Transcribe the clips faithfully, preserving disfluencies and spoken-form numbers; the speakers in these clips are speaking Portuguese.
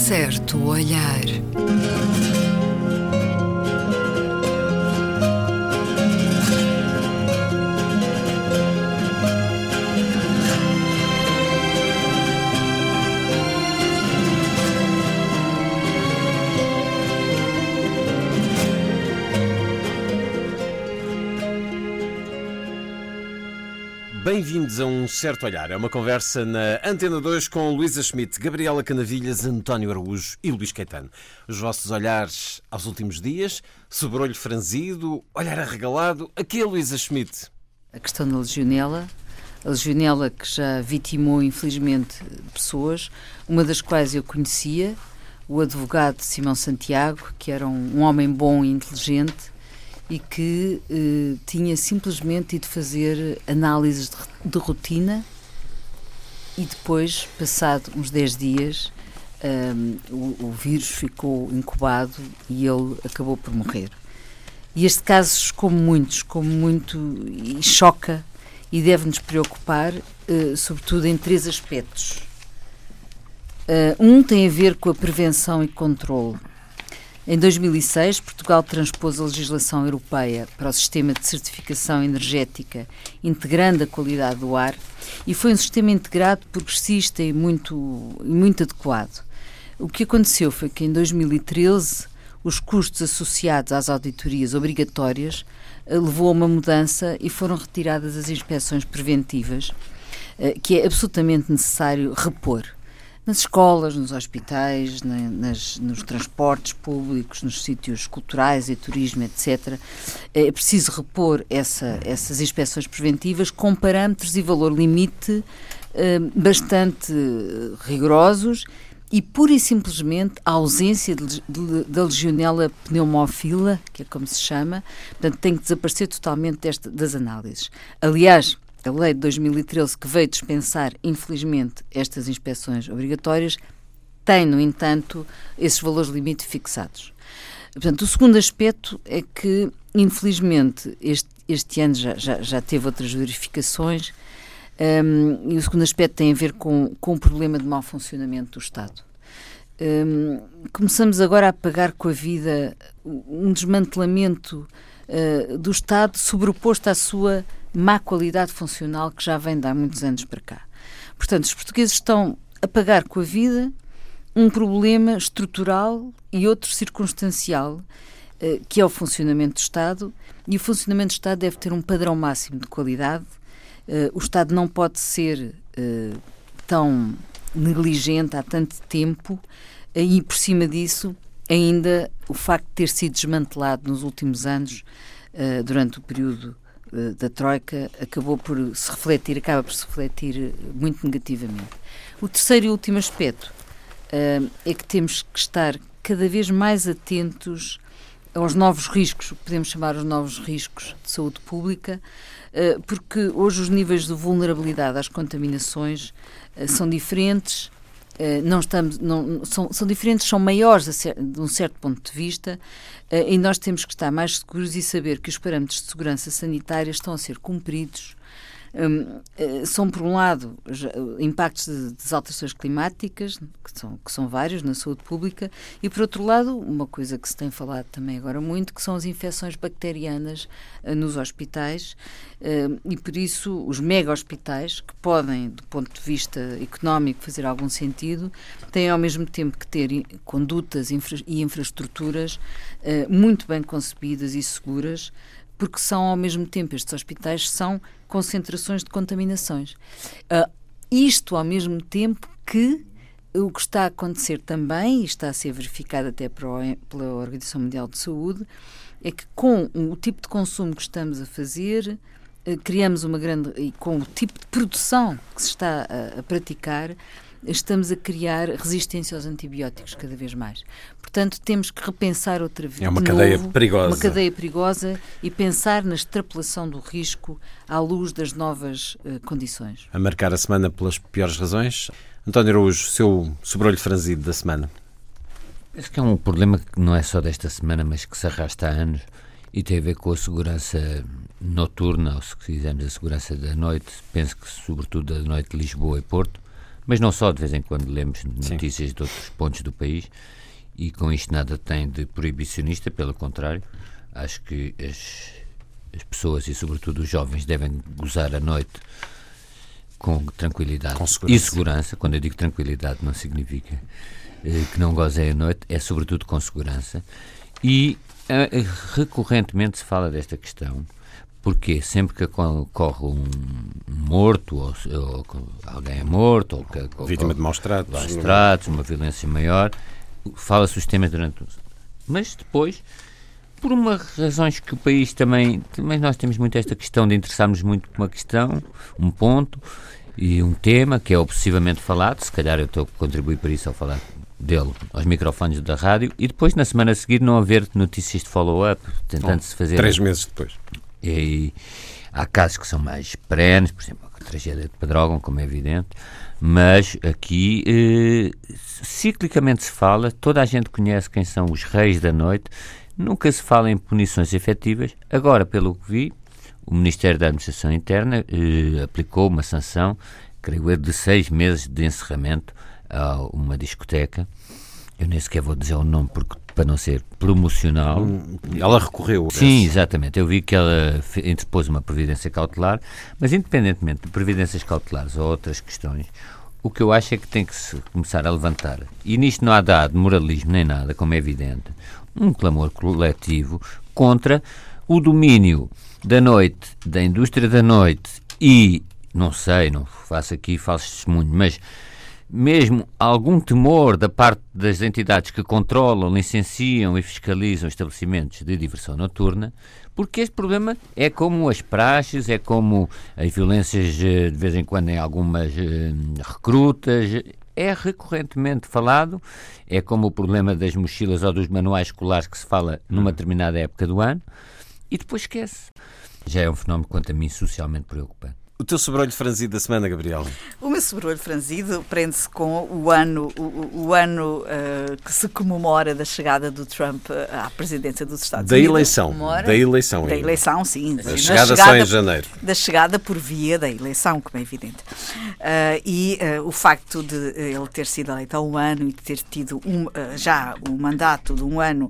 Certo olhar. Bem-vindos a Um Certo Olhar. É uma conversa na Antena dois com Luísa Schmidt, Gabriela Canavilhas, António Araújo e Luís Caetano. Os vossos olhares aos últimos dias, sobrolho franzido, olhar arregalado. Aqui é Luísa Schmidt. A questão da legionela, a legionela que já vitimou, infelizmente, pessoas, uma das quais eu conhecia, o advogado Simão Santiago, que era um, um homem bom e inteligente, e que eh, tinha simplesmente ido fazer análises de, de rotina e depois, passado uns dez dias, um, o, o vírus ficou incubado e ele acabou por morrer. E este caso chocou muitos, como muito, e choca e deve-nos preocupar, eh, sobretudo em três aspectos. Uh, um tem a ver com a prevenção e controle. Em dois mil e seis, Portugal transpôs a legislação europeia para o sistema de certificação energética, integrando a qualidade do ar, e foi um sistema integrado, progressista e muito, muito adequado. O que aconteceu foi que em dois mil e treze os custos associados às auditorias obrigatórias levou a uma mudança e foram retiradas as inspeções preventivas, que é absolutamente necessário repor. Nas escolas, nos hospitais, na, nas, nos transportes públicos, nos sítios culturais e turismo, etcétera. É preciso repor essa, essas inspeções preventivas com parâmetros e valor limite eh, bastante rigorosos e, pura e simplesmente, a ausência de, de, da legionela pneumófila, que é como se chama, portanto, tem que desaparecer totalmente desta, das análises. Aliás, a lei de dois mil e treze, que veio dispensar, infelizmente, estas inspeções obrigatórias, tem, no entanto, esses valores limite fixados. Portanto, o segundo aspecto é que, infelizmente, este, este ano já, já, já teve outras verificações, um, e o segundo aspecto tem a ver com, com o problema de mau funcionamento do Estado. Um, começamos agora a pagar com a vida um desmantelamento uh, do Estado sobreposto à sua má qualidade funcional que já vem de há muitos anos para cá. Portanto, os portugueses estão a pagar com a vida um problema estrutural e outro circunstancial, eh, que é o funcionamento do Estado, e o funcionamento do Estado deve ter um padrão máximo de qualidade. Eh, o Estado não pode ser eh, tão negligente há tanto tempo, eh, e por cima disso, ainda o facto de ter sido desmantelado nos últimos anos, eh, durante o período da Troika, acabou por se refletir, acaba por se refletir muito negativamente. O terceiro e último aspecto uh, é que temos que estar cada vez mais atentos aos novos riscos, o que podemos chamar os novos riscos de saúde pública, uh, porque hoje os níveis de vulnerabilidade às contaminações uh, são diferentes. Uh, não estamos, não, são, são diferentes, são maiores a cer- de um certo ponto de vista, uh, e nós temos que estar mais seguros e saber que os parâmetros de segurança sanitária estão a ser cumpridos. Um, uh, são, por um lado, já, impactos de, das alterações climáticas, que são, que são vários na saúde pública, e, por outro lado, uma coisa que se tem falado também agora muito, que são as infecções bacterianas uh, nos hospitais, uh, e, por isso, os mega-hospitais, que podem, do ponto de vista económico, fazer algum sentido, têm, ao mesmo tempo, que ter condutas infra- e infraestruturas uh, muito bem concebidas e seguras, porque são, ao mesmo tempo, estes hospitais são concentrações de contaminações. Uh, isto, ao mesmo tempo que o que está a acontecer também, e está a ser verificado até pela Organização Mundial de Saúde, é que com o tipo de consumo que estamos a fazer, uh, criamos uma grande... e com o tipo de produção que se está a, a praticar, estamos a criar resistência aos antibióticos cada vez mais. Portanto, temos que repensar outra vez. É uma cadeia novo, perigosa. Uma cadeia perigosa e pensar na extrapolação do risco à luz das novas uh, condições. A marcar a semana pelas piores razões. António Araújo, seu sobrolho franzido da semana. Penso que é um problema que não é só desta semana, mas que se arrasta há anos e tem a ver com a segurança noturna, ou se quisermos a segurança da noite. Penso que sobretudo da noite de Lisboa e Porto, Mas não só, de vez em quando lemos notícias Sim. de outros pontos do país, e com isto nada tem de proibicionista, pelo contrário, acho que as, as pessoas e sobretudo os jovens devem gozar a noite com tranquilidade com e segurança. Quando eu digo tranquilidade não significa eh, que não gozem a noite, é sobretudo com segurança. E eh, recorrentemente se fala desta questão, porque sempre que ocorre um morto, ou, ou alguém é morto, ou que vítima de maus tratos, maus tratos, uma violência maior, fala-se os temas durante o... Mas depois, por uma razões que o país também... Também nós temos muito esta questão de interessarmos muito por uma questão, um ponto e um tema que é obsessivamente falado, se calhar eu estou a contribuir para isso ao falar dele aos microfones da rádio, e depois na semana a seguir não haver notícias de follow-up, tentando-se fazer... Três meses depois. E há casos que são mais perenes, por exemplo, a tragédia de Pedrógão, como é evidente, mas aqui eh, ciclicamente se fala, toda a gente conhece quem são os reis da noite, nunca se fala em punições efetivas. Agora, pelo que vi, o Ministério da Administração Interna eh, aplicou uma sanção, creio eu, de seis meses de encerramento a uma discoteca. Eu nem sequer vou dizer o nome porque, para não ser promocional. Hum, ela recorreu. Sim, exatamente. Eu vi que ela interpôs uma previdência cautelar, mas independentemente de previdências cautelares ou outras questões, o que eu acho é que tem que se começar a levantar, e nisto não há dado moralismo nem nada, como é evidente, um clamor coletivo contra o domínio da noite, da indústria da noite e, não sei, não faço aqui falso testemunho, mas mesmo algum temor da parte das entidades que controlam, licenciam e fiscalizam estabelecimentos de diversão noturna, porque este problema é como as praxes, é como as violências de vez em quando em algumas recrutas, é recorrentemente falado, é como o problema das mochilas ou dos manuais escolares que se fala numa determinada época do ano e depois esquece. Já é um fenómeno, quanto a mim, socialmente preocupante. O teu sobrolho franzido da semana, Gabriela? O meu sobrolho franzido prende-se com o ano, o, o ano uh, que se comemora da chegada do Trump à presidência dos Estados da Unidos. Eleição, da eleição. Da eleição, sim. Da chegada, chegada só em janeiro. Da chegada por via da eleição, como é evidente. Uh, e uh, o facto de ele ter sido eleito há um ano e de ter tido um, uh, já o um mandato de um ano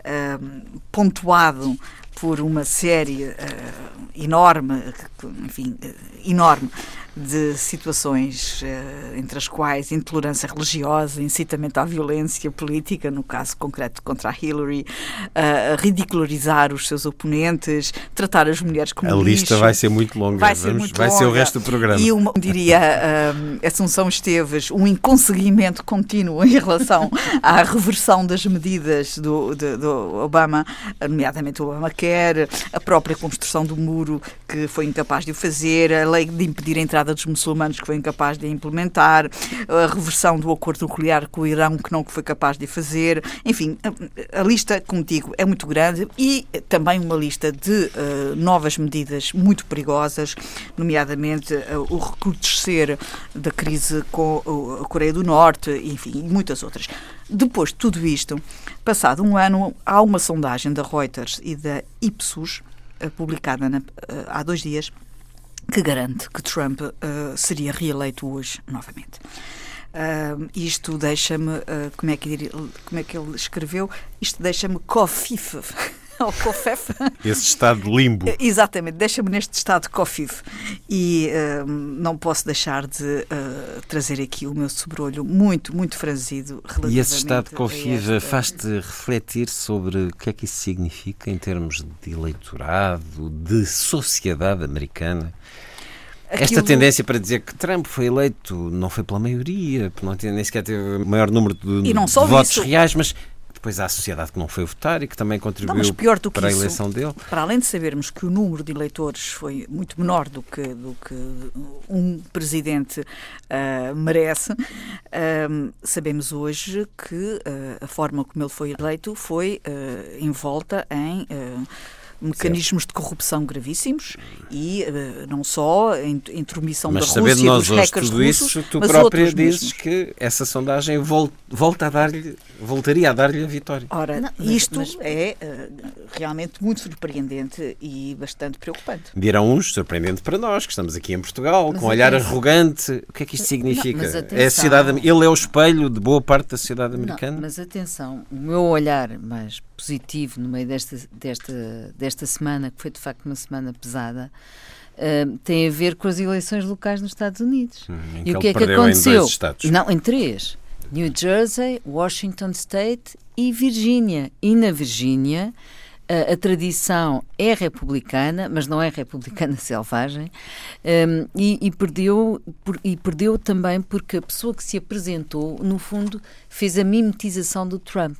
uh, pontuado por uma série uh, enorme, enfim, uh, enorme de situações uh, entre as quais intolerância religiosa, incitamento à violência política, no caso concreto contra a Hillary, uh, ridicularizar os seus oponentes, tratar as mulheres como a lixo. lista vai ser muito longa, vai, Vamos, ser, muito vai longa. ser o resto do programa. E uma, diria, uh, Assunção Esteves, um inconseguimento contínuo em relação à reversão das medidas do, de, do Obama, nomeadamente o Obamacare, a própria construção do muro que foi incapaz de o fazer, a lei de impedir a entrada dos muçulmanos que foi incapaz de implementar, a reversão do acordo nuclear com o Irão que não foi capaz de fazer, enfim, a, a lista, como digo, é muito grande e também uma lista de uh, novas medidas muito perigosas, nomeadamente uh, o recrudescer da crise com a Coreia do Norte, enfim, e muitas outras. Depois de tudo isto, passado um ano, há uma sondagem da Reuters e da Ipsos, uh, publicada na, uh, há dois dias, que garante que Trump uh, seria reeleito hoje novamente. Uh, isto deixa-me, uh, como, é que diria, como é que ele escreveu? Isto deixa-me cofif, ou cofef. Esse estado de limbo. Exatamente, deixa-me neste estado de cofif. E uh, não posso deixar de uh, trazer aqui o meu sobrolho muito, muito franzido. E esse estado de cofif esta... faz-te refletir sobre o que é que isso significa em termos de eleitorado, de sociedade americana? Aquilo... Esta tendência para dizer que Trump foi eleito não foi pela maioria, não tinha, nem sequer teve o maior número de, de votos isso. reais, mas depois há a sociedade que não foi votar e que também contribuiu não, pior do que para isso, a eleição dele. Para além de sabermos que o número de eleitores foi muito menor do que, do que um presidente uh, merece, uh, sabemos hoje que uh, a forma como ele foi eleito foi uh, envolta em... Uh, mecanismos certo. de corrupção gravíssimos e uh, não só a intromissão mas da Rússia, nós dos hackers tudo russos, isso, tu mas própria outros dizes mesmos. que essa sondagem vol- volta a dar-lhe, voltaria a dar-lhe a vitória. Ora, não, mas, isto mas... é uh, realmente muito surpreendente e bastante preocupante. Dirão uns, surpreendente para nós, que estamos aqui em Portugal, mas com um olhar atenção. arrogante. O que é que isto significa? Não, mas é a sociedade, ele é o espelho de boa parte da sociedade Não, americana? mas atenção, o meu olhar mais positivo no meio desta, desta, desta semana, que foi de facto uma semana pesada, uh, tem a ver com as eleições locais nos Estados Unidos. Hum, em e que o que é que perdeu aconteceu? Em dois estados. Não, em três. New Jersey, Washington State e Virgínia. E na Virgínia a, a tradição é republicana, mas não é republicana selvagem, um, e, e, perdeu, por, e perdeu também porque a pessoa que se apresentou, no fundo, fez a mimetização do Trump.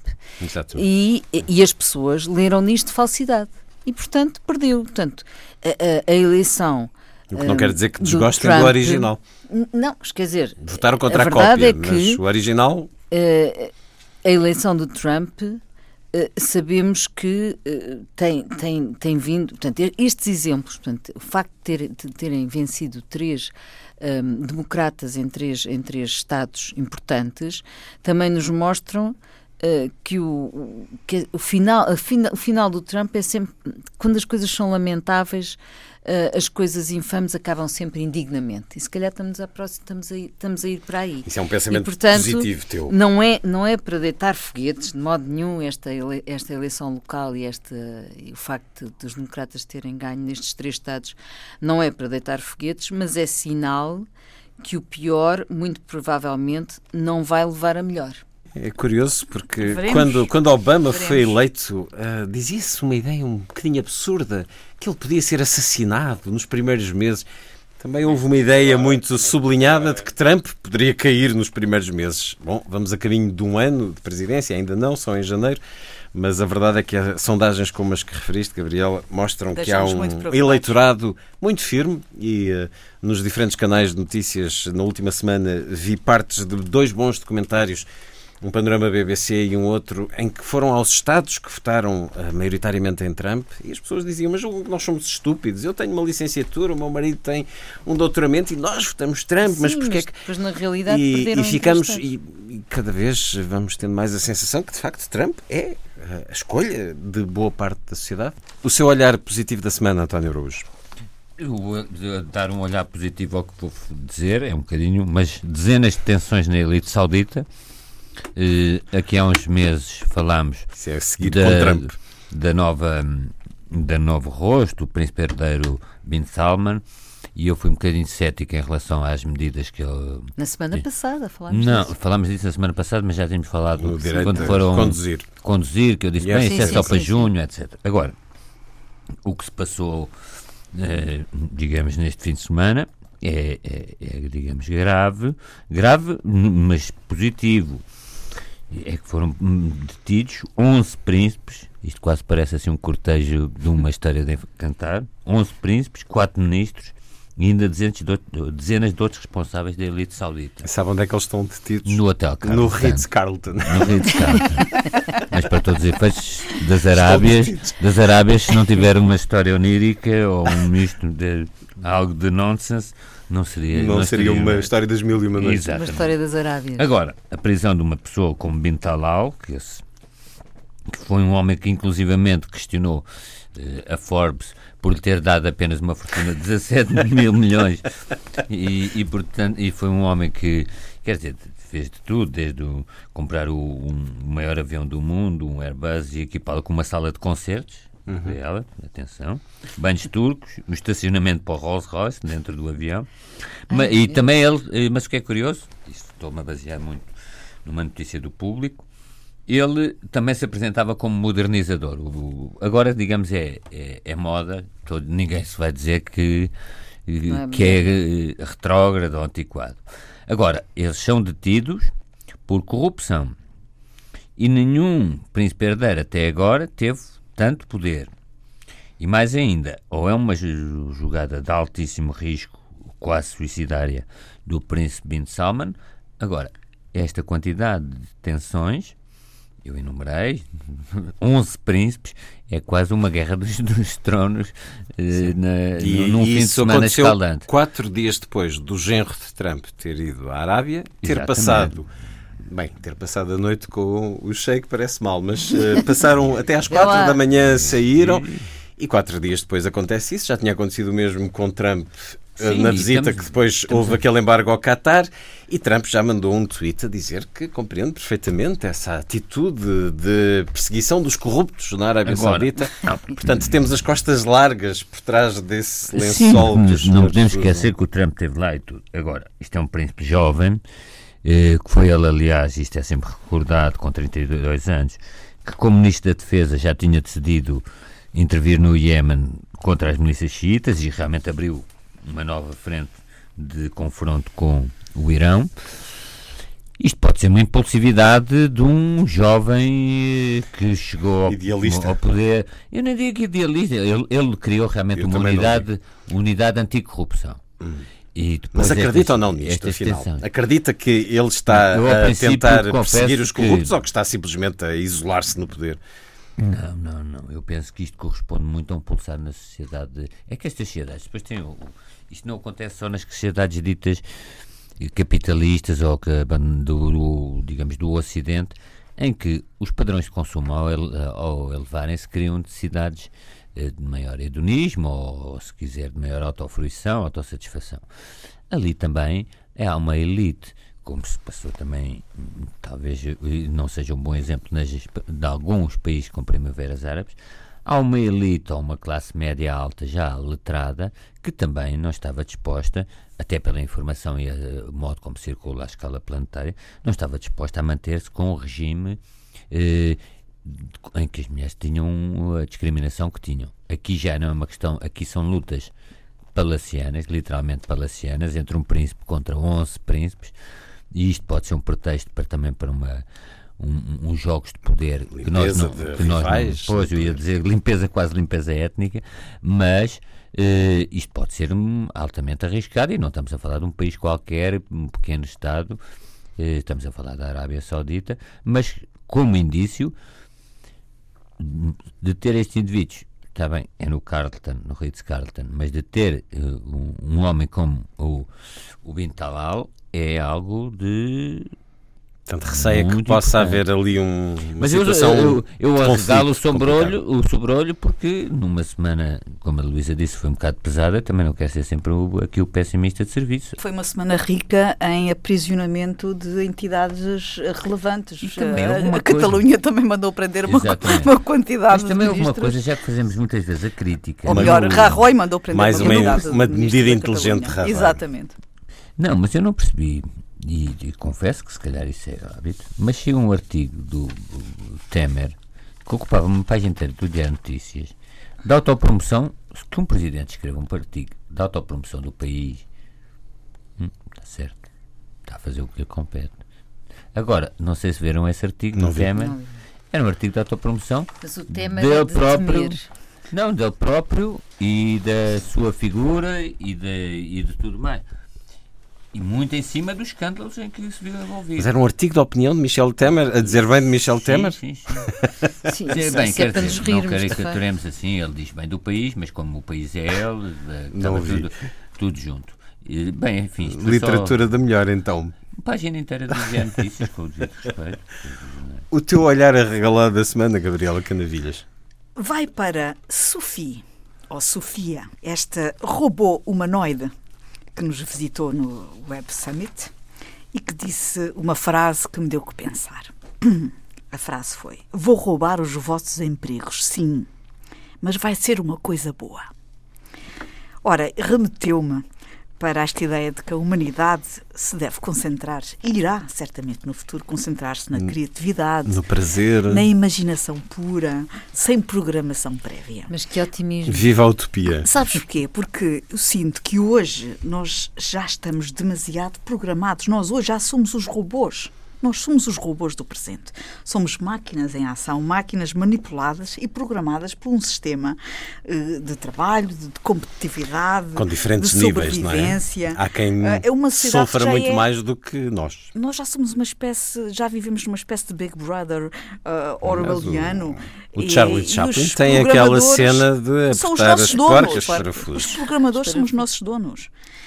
E, e as pessoas leram nisto falsidade. E, portanto, perdeu. Portanto, a, a, a eleição... O que não um, quer dizer que desgostem do, do original. Não, quer dizer... Votaram contra a, a cópia, é que, mas o original... Uh, a eleição do Trump, uh, sabemos que uh, tem, tem, tem vindo... Portanto, estes exemplos, portanto, o facto de, ter, de terem vencido três um, democratas em três, em três estados importantes, também nos mostram Uh, que, o, que o, final, a fina, o final do Trump é sempre... Quando as coisas são lamentáveis, uh, as coisas infames acabam sempre indignamente. E se calhar estamos a, estamos a, ir, estamos a ir para aí. Isso é um pensamento e, portanto, positivo teu. Não é, não é para deitar foguetes, de modo nenhum, esta, ele, esta eleição local e, esta, e o facto de, dos democratas terem ganho nestes três estados não é para deitar foguetes, mas é sinal que o pior, muito provavelmente, não vai levar a melhor. É curioso porque Veremos. quando, quando Obama Veremos. foi eleito, uh, dizia-se uma ideia um bocadinho absurda, que ele podia ser assassinado nos primeiros meses. Também houve uma ideia muito sublinhada de que Trump poderia cair nos primeiros meses. Bom, vamos a caminho de um ano de presidência, ainda não, só em janeiro, mas a verdade é que as sondagens como as que referiste, Gabriela, mostram Deixamos que há muito um eleitorado muito firme e uh, nos diferentes canais de notícias na última semana vi partes de dois bons documentários, um panorama B B C e um outro, em que foram aos estados que votaram uh, maioritariamente em Trump, e as pessoas diziam, mas nós somos estúpidos, eu tenho uma licenciatura, o meu marido tem um doutoramento e nós votamos Trump, Sim, mas porque mas é que... depois na realidade e, perderam e ficamos, em e, e cada vez vamos tendo mais a sensação que de facto Trump é a escolha de boa parte da sociedade. O seu olhar positivo da semana, António Araújo? Eu vou dar um olhar positivo ao que vou dizer, é um bocadinho, mas dezenas de tensões na elite saudita. Uh, aqui há uns meses falámos Isso é seguir da, com Trump. da nova da novo rosto, o príncipe herdeiro Bin Salman, e eu fui um bocadinho cético em relação às medidas que ele... Na semana passada falámos Não, disso. falámos disso na semana passada, mas já tínhamos falado No direito quando a foram conduzir. conduzir, que eu disse, Yes. bem, Sim, isso é sim, só sim, para sim. junho, etcétera. Agora, o que se passou, eh, digamos, neste fim de semana é, é, é, digamos, grave, grave, mas positivo. É que foram detidos onze príncipes, isto quase parece assim um cortejo de uma história de cantar, onze príncipes, quatro ministros e ainda dezenas de, dezenas de outros responsáveis da elite saudita. Sabe onde é que eles estão detidos? No Hotel Carlton. No Ritz-Carlton. No Ritz-Carlton. Mas para todos os efeitos das Arábias, das Arábias, se não tiver uma história onírica ou um misto de algo de nonsense, não seria... Não, não seria uma história das mil e uma noites. Uma história das Arábias. Agora, a prisão de uma pessoa como Bin Talal, que, esse, que foi um homem que inclusivamente questionou uh, a Forbes por lhe ter dado apenas uma fortuna de dezassete mil milhões e, e, portanto, e foi um homem que, quer dizer, fez de tudo, desde o, comprar o, um, o maior avião do mundo, um Airbus, e equipá-lo com uma sala de concertos. Uhum. Para ela, atenção, banhos turcos, o estacionamento para o Rolls Royce dentro do avião. Ah, mas, e é. também ele, mas o que é curioso, isto estou-me a basear muito numa notícia do Público, ele também se apresentava como modernizador. O, agora, digamos, é, é, é moda, todo, ninguém se vai dizer que é, que é retrógrado ou antiquado. Agora, eles são detidos por corrupção e nenhum príncipe herdeiro até agora teve tanto poder. E mais ainda, ou é uma jogada de altíssimo risco, quase suicidária, do príncipe Bin Salman. Agora, esta quantidade de tensões eu enumerei, onze príncipes, é quase uma guerra dos, dos tronos eh, na, e, num e fim de isso semana aconteceu escaldante. Quatro dias depois do genro de Trump ter ido à Arábia, ter Exatamente. passado... Bem, ter passado a noite com o Sheik parece mal, mas uh, passaram até às quatro da manhã, saíram, e quatro dias depois acontece isso. Já tinha acontecido o mesmo com Trump uh, Sim, na visita, estamos, que depois houve a... aquele embargo ao Qatar, e Trump já mandou um tweet a dizer que compreende perfeitamente essa atitude de perseguição dos corruptos na Arábia Agora, Saudita. Não. Portanto, temos as costas largas por trás desse Sim, lençol. mas não podemos esquecer que o Trump esteve lá e tudo. Agora, isto é um príncipe jovem, que foi ele, aliás, isto é sempre recordado, com trinta e dois anos, que como Ministro da Defesa já tinha decidido intervir no Iémen contra as milícias xiitas e realmente abriu uma nova frente de confronto com o Irão. Isto pode ser uma impulsividade de um jovem que chegou ao, ao poder. Eu nem digo idealista, ele, ele criou realmente Eu uma unidade, unidade anticorrupção. Hum. Mas acredita esta, ou não nisto, afinal? Extensão. Acredita que ele está eu, a tentar perseguir os corruptos que... ou que está simplesmente a isolar-se no poder? Não, não, não. Eu penso que isto corresponde muito a um pulsar na sociedade. É que estas sociedades, depois tem o... isto não acontece só nas sociedades ditas capitalistas ou que, do, do, digamos, do Ocidente, em que os padrões de consumo, ao, ele, ao elevarem-se, criam necessidades de maior hedonismo ou, se quiser, de maior autofruição, autossatisfação. Ali também há uma elite, como se passou também, talvez não seja um bom exemplo nas, de alguns países com primaveras árabes, há uma elite ou uma classe média alta já letrada que também não estava disposta, até pela informação e o modo como circula à escala planetária, não estava disposta a manter-se com o regime eh, em que as mulheres tinham a discriminação que tinham. Aqui já não é uma questão, aqui são lutas palacianas, literalmente palacianas, entre um príncipe contra onze príncipes, e isto pode ser um pretexto para, também para uma, um, uns jogos de poder limpeza que nós não, de que nós rivais, não, pois eu ia dizer limpeza, quase limpeza étnica, mas eh, isto pode ser um, altamente arriscado, e não estamos a falar de um país qualquer, um pequeno Estado, eh, estamos a falar da Arábia Saudita, mas como indício de ter estes indivíduos, está bem, é no Carlton, no Ritz-Carlton, mas de ter uh, um, um homem como o, o Bin Talal é algo de... Portanto, receia que possa haver ali um, uma mas situação eu, eu, eu arregalo o sobrolho, complicado. o sobrolho porque numa semana, como a Luísa disse, foi um bocado pesada, também não quer ser sempre o, aqui o pessimista de serviço. Foi uma semana rica em aprisionamento de entidades relevantes. E também a, uma a coisa... Catalunha também mandou prender uma, uma quantidade Mas também de houve uma coisa, já que fazemos muitas vezes a crítica. Ou melhor, Rajoy mandou prender mais uma, uma, uma, uma medida inteligente de Rajoy. Exatamente. Não, mas eu não percebi. E, e confesso que se calhar isso é hábito, mas chega um artigo do, do Temer que ocupava uma página inteira do Diário de Notícias da autopromoção, que um presidente escreva um artigo da autopromoção do país, hum, está certo, está a fazer o que lhe compete. Agora, não sei se viram esse artigo não do vi. Temer, Não vi. Era um artigo de autopromoção. Mas o Temer dele é de próprio, temer. não, dele próprio e da sua figura e de, e de tudo mais. E muito em cima dos escândalos em que se viu envolvido. Mas era um artigo de opinião de Michel Temer, a dizer bem de Michel sim, Temer? Sim, sim. Sim, Dizer, isso, bem, isso é quer para dizer, nos não rirmos. caricaturemos assim, ele diz bem do país, mas como o país é ele, estava tudo, tudo junto. E, bem, enfim, isto literatura só... da melhor, então. Página inteira do Diário de Notícias, com o devido respeito. O teu olhar arregalado da semana, Gabriela Canavilhas? Vai para Sophie, ou Sofia, esta robô humanoide que nos visitou no Web Summit e que disse uma frase que me deu que pensar. A frase foi: vou roubar os vossos empregos, sim, mas vai ser uma coisa boa. Ora, remeteu-me para esta ideia de que a humanidade se deve concentrar, e irá certamente no futuro concentrar-se na criatividade, no prazer, na imaginação pura, sem programação prévia. Mas que otimismo. Viva a utopia. Sabes porquê? Porque eu sinto que hoje nós já estamos demasiado programados. Nós hoje já somos os robôs. nós somos os robôs do presente. Somos máquinas em ação, máquinas manipuladas e programadas por um sistema uh, de trabalho, de, de competitividade, com diferentes de níveis, não é? Há quem uh, é uma sofra muito é, mais do que nós. Nós já somos uma espécie, já vivemos numa espécie de Big Brother uh, orwelliano. O, o Charlie e, Chaplin e tem aquela cena de apertar as porcas parafusos. Os programadores são os nossos donos.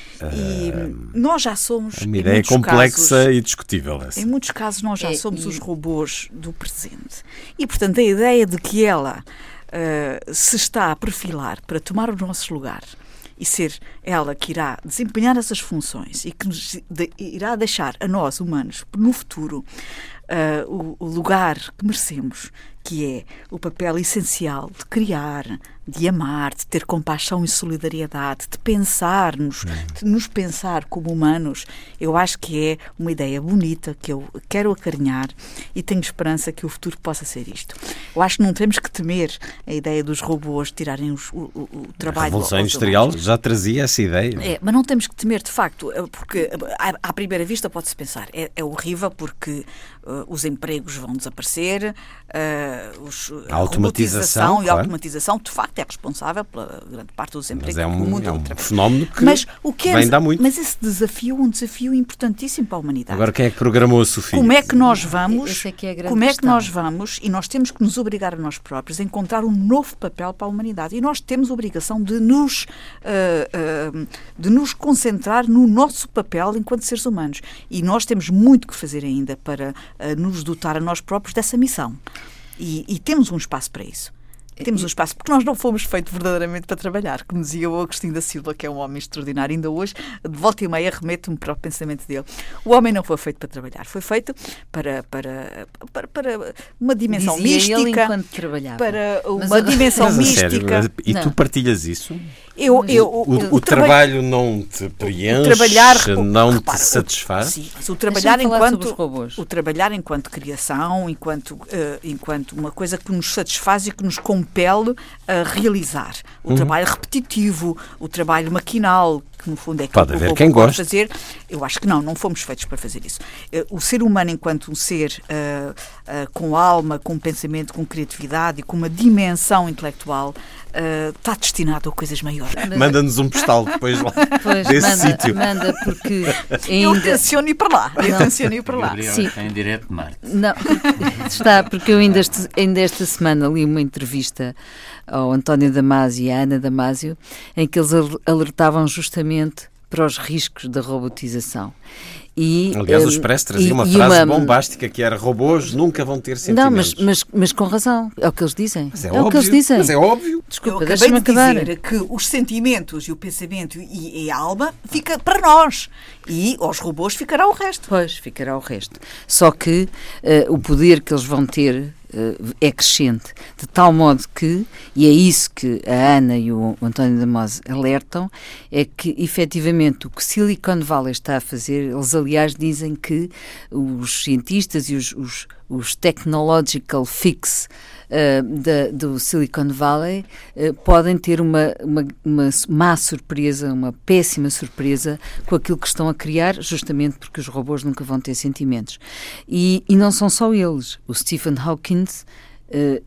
E uh, nós já somos. Uma ideia complexa casos, e discutível. Essa. Em muitos casos, nós já é, somos e... os robôs do presente. E, portanto, a ideia de que ela uh, se está a perfilar para tomar o nosso lugar e ser ela que irá desempenhar essas funções e que nos de, irá deixar a nós, humanos, no futuro, uh, o, o lugar que merecemos, que é o papel essencial de criar, de amar, de ter compaixão e solidariedade, de pensar-nos, de nos pensar como humanos, eu acho que é uma ideia bonita, que eu quero acarinhar e tenho esperança que o futuro possa ser isto. Eu acho que não temos que temer a ideia dos robôs tirarem os, o, o, o trabalho. A Revolução Industrial já trazia essa ideia. É, mas não temos que temer, de facto, porque à, à primeira vista pode-se pensar, é, é horrível porque uh, os empregos vão desaparecer, uh, os, a, a automatização e a claro. automatização, de facto, é responsável pela grande parte dos empregos. Mas é um, do mundo é um fenómeno que mas, o que é, vem dar muito. Mas esse desafio é um desafio importantíssimo para a humanidade. Agora, quem é que programou a Sofia? Como é que nós vamos, é que é como é que questão. nós vamos, e nós temos que nos obrigar a nós próprios a encontrar um novo papel para a humanidade. E nós temos a obrigação de nos, uh, uh, de nos concentrar no nosso papel enquanto seres humanos. E nós temos muito que fazer ainda para uh, nos dotar a nós próprios dessa missão. E, e temos um espaço para isso. Temos um espaço, porque nós não fomos feitos verdadeiramente para trabalhar, como dizia o Agostinho da Silva, que é um homem extraordinário. Ainda hoje, de volta e meia, remeto-me para o pensamento dele. O homem não foi feito para trabalhar, foi feito para, para, para, para uma dimensão Dizia mística. Ele enquanto trabalhava. Para uma Mas, dimensão mas, mística. Sério, e não. tu partilhas isso? Eu, eu, o, o, o, o trabalho não te preenche, trabalhar, não repara, te satisfaz? O, sim, mas o trabalhar enquanto o trabalhar enquanto criação, enquanto uh, enquanto uma coisa que nos satisfaz e que nos compele a realizar. O uhum. trabalho repetitivo, o trabalho maquinal, que no fundo é que pode o haver robô quem pode goste. fazer. Eu acho que não, não fomos feitos para fazer isso. Uh, o ser humano enquanto um ser uh, uh, com alma, com pensamento, com criatividade e com uma dimensão intelectual uh, está destinado a coisas maiores. Manda-nos um postal depois lá pois, desse manda, sítio. Manda, porque Eu ainda... tenciono ir para lá. Eu tenciono ir para lá. Gabriel Sim. está em direto de Marte. Não, está, porque eu ainda, este, ainda esta semana li uma entrevista ao António Damasio e à Ana Damasio, em que eles alertavam justamente para os riscos da robotização. E, Aliás, o um, Expresso trazia e, uma e frase uma... bombástica que era: robôs nunca vão ter sentimentos. Não, mas, mas, mas com razão, é o que eles dizem. Mas é, é óbvio, o que eles dizem. Mas é óbvio. Desculpa, Eu acabei deixa-me de acabar. dizer que os sentimentos e o pensamento e, e a alma fica para nós e aos robôs ficará o resto. Pois, ficará o resto. Só que uh, o poder que eles vão ter uh, é crescente, de tal modo que, e é isso que a Ana e o António Damasio alertam, é que efetivamente o que Silicon Valley está a fazer, eles aliás dizem que os cientistas e os, os, os technological fix Uh, da, do Silicon Valley uh, podem ter uma, uma, uma má surpresa, uma péssima surpresa com aquilo que estão a criar, justamente porque os robôs nunca vão ter sentimentos. E, e não são só eles. O Stephen Hawking uh,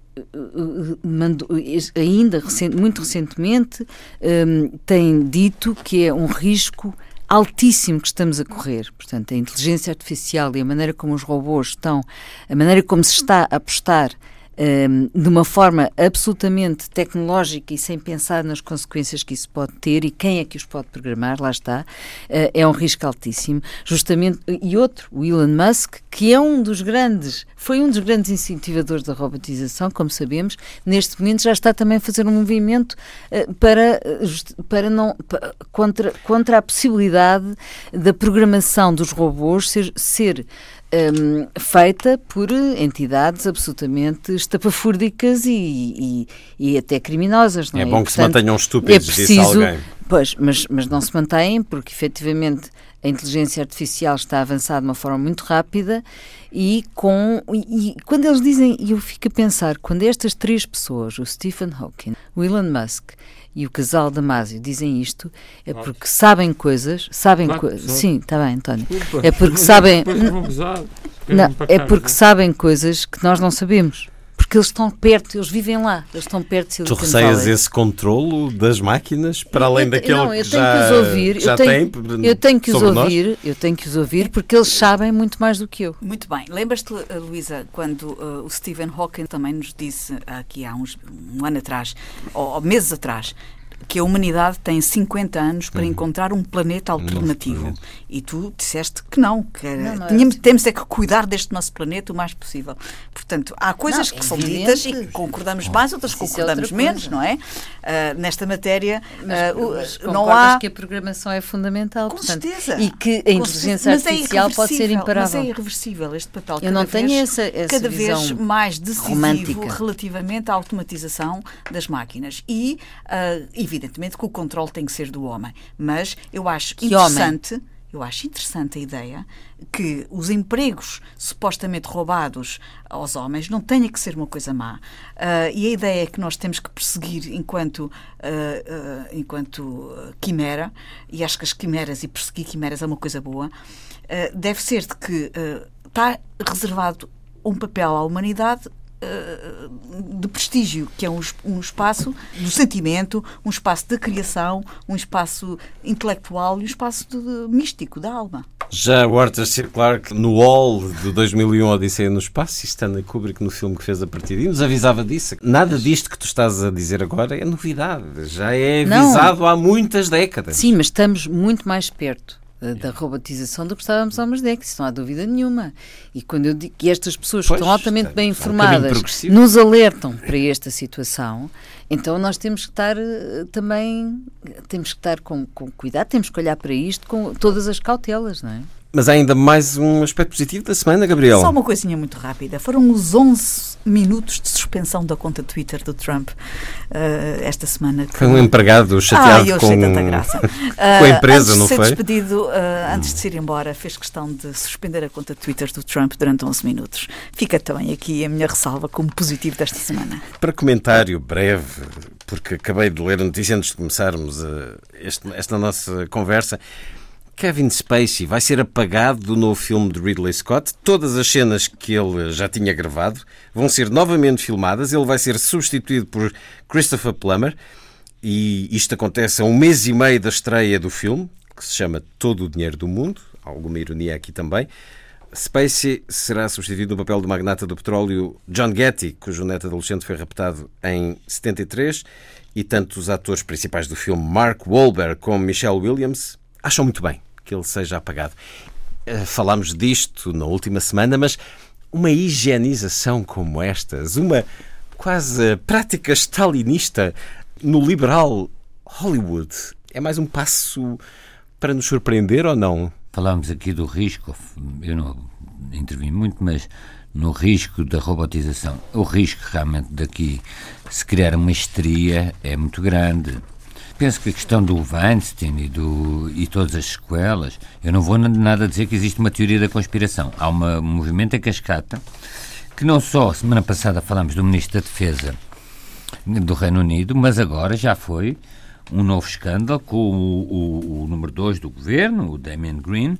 uh, mandou, ainda recent, muito recentemente um, tem dito que é um risco altíssimo que estamos a correr. Portanto, a inteligência artificial e a maneira como os robôs estão, a maneira como se está a apostar Um, de uma forma absolutamente tecnológica e sem pensar nas consequências que isso pode ter e quem é que os pode programar, lá está, uh, é um risco altíssimo. Justamente, e outro, o Elon Musk, que é um dos grandes, foi um dos grandes incentivadores da robotização, como sabemos, neste momento já está também a fazer um movimento uh, para, uh, para não, para, contra, contra a possibilidade da programação dos robôs ser, ser Um, feita por entidades absolutamente estapafúrdicas e, e, e até criminosas. Não é? É bom e, que portanto, se mantenham estúpidos, é preciso, disse alguém. Pois, mas, mas não se mantêm porque efetivamente a inteligência artificial está a avançar de uma forma muito rápida e, com, e, e quando eles dizem, e eu fico a pensar, quando estas três pessoas, o Stephen Hawking, o Elon Musk e o casal Damasio dizem isto, é porque sabem coisas, sabem Claro, coisas. sabe. Sim, está bem, António. Desculpa. É porque sabem. Não, é porque sabem coisas que nós não sabemos. Porque eles estão perto, eles vivem lá, eles estão perto de Silicon Tu receias Valley. esse controlo das máquinas para além eu, daquele não, eu que tenho já, que os ouvir, já eu tenho, tem eu tenho que os sobre ouvir, nós? eu tenho que os ouvir porque eles sabem muito mais do que eu. Muito bem. Lembras-te, Luísa, quando uh, o Stephen Hawking também nos disse, aqui há uns, um ano atrás, ou, ou meses atrás, que a humanidade tem cinquenta anos para uhum. encontrar um planeta alternativo. Um e tu disseste que não, que era, não, não tínhamos, é temos é que cuidar deste nosso planeta o mais possível. Portanto, há coisas não, que é são ditas e que concordamos oh, mais, outras concordamos é menos, coisa. Não é? Uh, nesta matéria, mas, uh, mas não há... que a programação é fundamental. Com portanto, certeza. E que a inteligência artificial é pode ser imparável. Mas é irreversível este papel. Eu não vez, tenho essa, essa cada visão vez mais decisivo romântica. Relativamente à automatização das máquinas. E, uh, evidentemente, que o controle tem que ser do homem. Mas eu acho que interessante... Homem? Eu acho interessante a ideia que os empregos supostamente roubados aos homens não tenha que ser uma coisa má. Uh, e a ideia que nós temos que perseguir enquanto, uh, uh, enquanto quimera, e acho que as quimeras e perseguir quimeras é uma coisa boa, uh, deve ser de que uh, está reservado um papel à humanidade de prestígio, que é um, um espaço do sentimento, um espaço de criação, um espaço intelectual e um espaço de, de, místico da alma. Já o Arthur C. Clarke, no Wall de dois mil e um, Odisseia no Espaço, e Stanley Kubrick, no filme que fez a partir daí, nos avisava disso. Nada disto que tu estás a dizer agora é novidade. Já é avisado não. há muitas décadas. Sim, mas estamos muito mais perto da robotização do que estávamos há umas décadas, isso não há dúvida nenhuma. E quando eu digo que estas pessoas pois, que estão altamente bem informadas um nos alertam para esta situação, então nós temos que estar também, temos que estar com, com cuidado, temos que olhar para isto com todas as cautelas, não é? Mas há ainda mais um aspecto positivo da semana, Gabriela. Só uma coisinha muito rápida. Foram os onze minutos de suspensão da conta Twitter do Trump uh, esta semana. Que... Foi um empregado chateado ah, eu com... achei tanta graça. com a empresa, não foi? Antes de ser despedido, uh, antes de se ir embora, fez questão de suspender a conta Twitter do Trump durante onze minutos. Fica também aqui a minha ressalva como positivo desta semana. Para comentário breve, porque acabei de ler a notícia antes de começarmos uh, este, esta nossa conversa, Kevin Spacey vai ser apagado do novo filme de Ridley Scott. Todas as cenas que ele já tinha gravado vão ser novamente filmadas. Ele vai ser substituído por Christopher Plummer. E isto acontece a um mês e meio da estreia do filme, que se chama Todo o Dinheiro do Mundo. Há alguma ironia aqui também. Spacey será substituído no papel do magnata do petróleo John Getty, cujo neto adolescente foi raptado em setenta e três. E tanto os atores principais do filme, Mark Wahlberg como Michelle Williams, acham muito bem que ele seja apagado. Falámos disto na última semana, mas uma higienização como estas, uma quase prática stalinista no liberal Hollywood, é mais um passo para nos surpreender ou não? Falámos aqui do risco, eu não intervim muito, mas no risco da robotização. O risco realmente daqui se criar uma histeria é muito grande. Penso que a questão do Weinstein e, do, e todas as sequelas, eu não vou nada dizer que existe uma teoria da conspiração. Há uma, um movimento em cascata que não só, semana passada falámos do Ministro da Defesa do Reino Unido, mas agora já foi um novo escândalo com o, o, o número dois do governo, o Damien Green,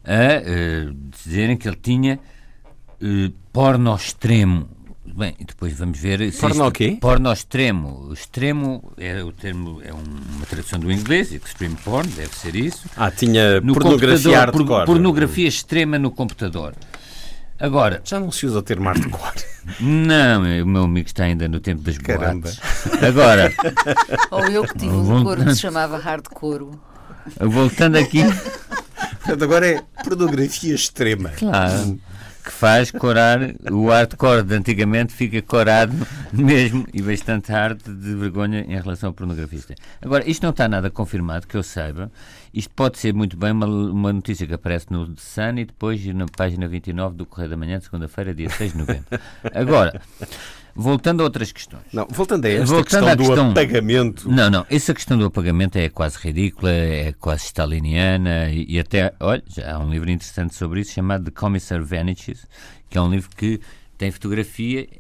a uh, dizerem que ele tinha uh, porno extremo. Bem, e depois vamos ver... Porno o quê? Porno extremo. O extremo é, o termo, é um, uma tradução do inglês, extreme porn, deve ser isso. Ah, tinha no pornografia hardcore. Por, pornografia extrema no computador. Agora... Já não se usa o termo hardcore. Não, o meu amigo está ainda no tempo das Caramba. boates. Agora... Ou eu que tive um coro que se chamava hardcore. Voltando aqui... Agora é pornografia extrema. Claro. Que faz corar, o hardcore de antigamente fica corado mesmo e bastante hard de vergonha em relação à pornografia. Agora, isto não está nada confirmado, que eu saiba. Isto pode ser muito bem uma, uma notícia que aparece no The Sun e depois na página vinte e nove do Correio da Manhã, de segunda-feira, dia seis de novembro. Agora, voltando a outras questões. Não, voltando a esta voltando questão do questão, apagamento. Não, não, essa questão do apagamento é quase ridícula, é quase staliniana e, e até, olha, já há um livro interessante sobre isso chamado The Commissar Vanishes, que é um livro que tem fotografia,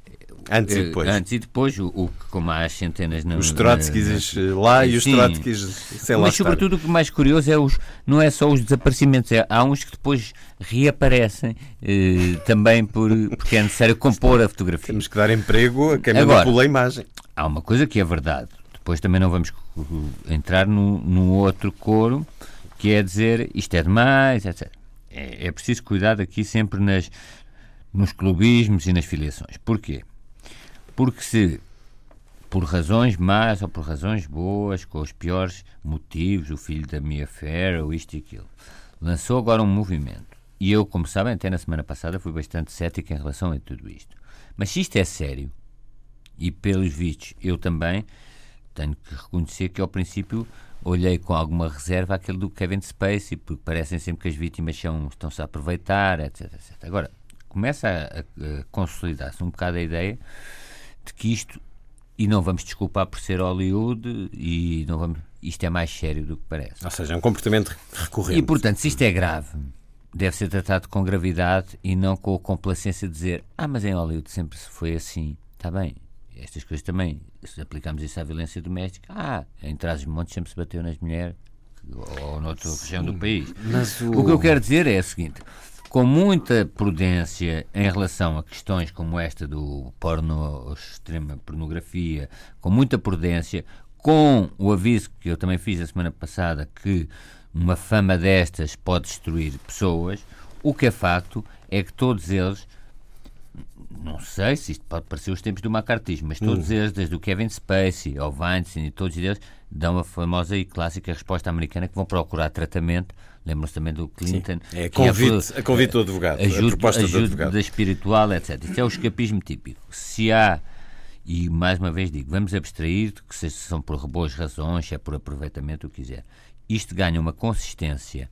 Antes e depois. Antes e depois, o, o que, como há as centenas... Na, os Trotskys na, lá e os Trotskys sei lá. Mas sobretudo o que mais curioso é os, não é só os desaparecimentos, é, há uns que depois reaparecem eh, também por, porque é necessário compor a fotografia. Temos que dar emprego a quem Agora, manipula a imagem. Há uma coisa que é verdade, depois também não vamos entrar num, num outro coro, que é dizer isto é demais, etcétera. É, é preciso cuidar aqui sempre nas, nos clubismos e nas filiações. Porquê? Porque se, por razões más ou por razões boas, com os piores motivos, o filho da Mia Farrow, isto e aquilo, lançou agora um movimento. E eu, como sabem, até na semana passada fui bastante cético em relação a tudo isto. Mas se isto é sério, e pelos vistos eu também tenho que reconhecer que ao princípio olhei com alguma reserva aquele do Kevin Spacey, porque parecem sempre que as vítimas são, estão-se a aproveitar, etc, etcétera. Agora, começa a, a, a consolidar-se um bocado a ideia de que isto, e não vamos desculpar por ser Hollywood, e não vamos, isto é mais sério do que parece. Ou seja, é um comportamento recorrente. E, portanto, se isto é grave, deve ser tratado com gravidade e não com a complacência de dizer ah, mas em Hollywood sempre se foi assim. Está bem, estas coisas também, se aplicamos isso à violência doméstica, ah, em Trás-os-Montes sempre se bateu nas mulheres, ou noutra região do país. Mas o... o que eu quero dizer é o seguinte... Com muita prudência em relação a questões como esta do porno, extrema pornografia, com muita prudência, com o aviso que eu também fiz a semana passada que uma fama destas pode destruir pessoas, o que é facto é que todos eles, não sei se isto pode parecer os tempos do macartismo, mas todos uhum. eles, desde o Kevin Spacey ao Weinstein e todos eles, dão a famosa e clássica resposta americana que vão procurar tratamento. Lembram-se também do Clinton. Sim, é convite, a convite do advogado, ajuda, a proposta ajuda do advogado. Da espiritual, etcétera. Isto é o escapismo típico. Se há, e mais uma vez digo, vamos abstrair que se são por boas razões, se é por aproveitamento, o que quiser. Isto ganha uma consistência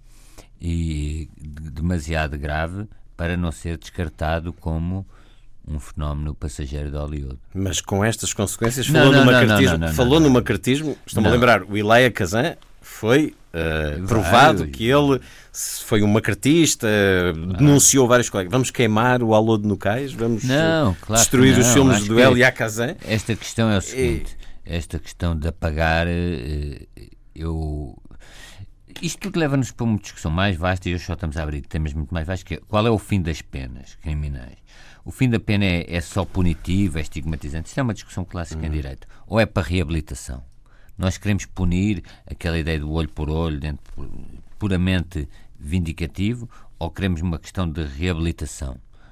e demasiado grave para não ser descartado como um fenómeno passageiro de Hollywood. Mas com estas consequências, falou no macartismo, falou no macartismo, estou-me a lembrar, o Elia Kazan foi uh, provado que ele foi um macartista, uh, denunciou vários colegas. Vamos queimar o Alô de Nucais? Vamos não, claro destruir não. os filmes do Elia Kazan? Esta questão é o seguinte, e... esta questão de apagar, eu... Isto tudo leva-nos para uma discussão mais vasta e hoje só estamos a abrir temas muito mais vastos, que é qual é o fim das penas criminais? O fim da pena é, é só punitivo, é estigmatizante? Isto é uma discussão clássica hum. em direito. Ou é para reabilitação? Nós queremos punir aquela ideia do olho por olho, dentro, puramente vindicativo, ou queremos uma questão de reabilitação?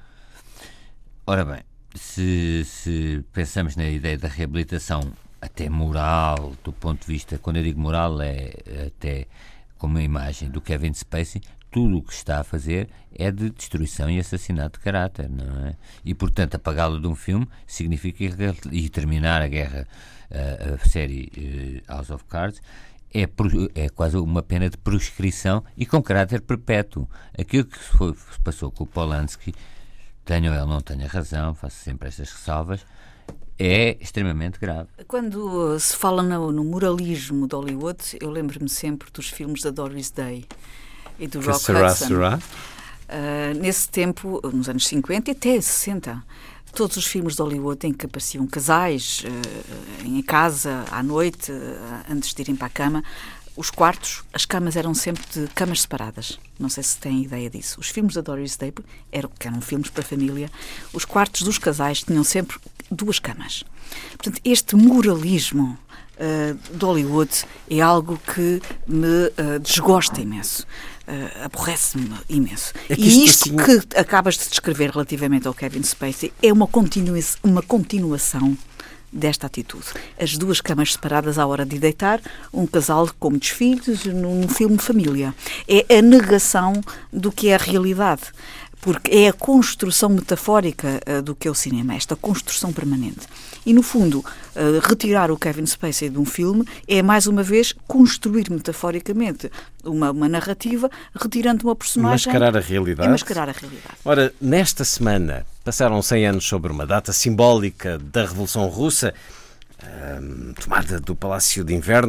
Ora bem, se, se pensamos na ideia da reabilitação até moral, do ponto de vista, quando eu digo moral, é até como a imagem do Kevin Spacey, tudo o que está a fazer é de destruição e assassinato de caráter, não é? E, portanto, apagá-lo de um filme significa e terminar a guerra, a, a série uh, House of Cards, é, é quase uma pena de proscrição e com caráter perpétuo. Aquilo que foi, se passou com o Polanski, tenha ou ele não tenha razão, faço sempre estas ressalvas, é extremamente grave. Quando se fala no, no moralismo de Hollywood, eu lembro-me sempre dos filmes da Doris Day e do Rock Sarah, Hudson. Sarah. Uh, nesse tempo, nos anos cinquenta e até sessenta, todos os filmes de Hollywood em que apareciam casais uh, em casa, à noite, uh, antes de irem para a cama, os quartos, as camas eram sempre de camas separadas. Não sei se têm ideia disso. Os filmes da Doris Day eram, que eram filmes para a família, os quartos dos casais tinham sempre duas camas. Portanto, este moralismo uh, de Hollywood é algo que me uh, desgosta imenso. Uh, aborrece-me imenso. É e isto assim... que acabas de descrever relativamente ao Kevin Spacey é uma, continua uma continuação desta atitude. As duas camas separadas à hora de deitar, um casal com muitos filhos, num filme de família. É a negação do que é a realidade. Porque é a construção metafórica uh, do que é o cinema, esta construção permanente. E, no fundo, uh, retirar o Kevin Spacey de um filme é, mais uma vez, construir metaforicamente uma, uma narrativa, retirando uma personagem... Mascarar a realidade. É mascarar a realidade. Ora, nesta semana, passaram cem anos sobre uma data simbólica da Revolução Russa, uh, tomada do Palácio de Inverno.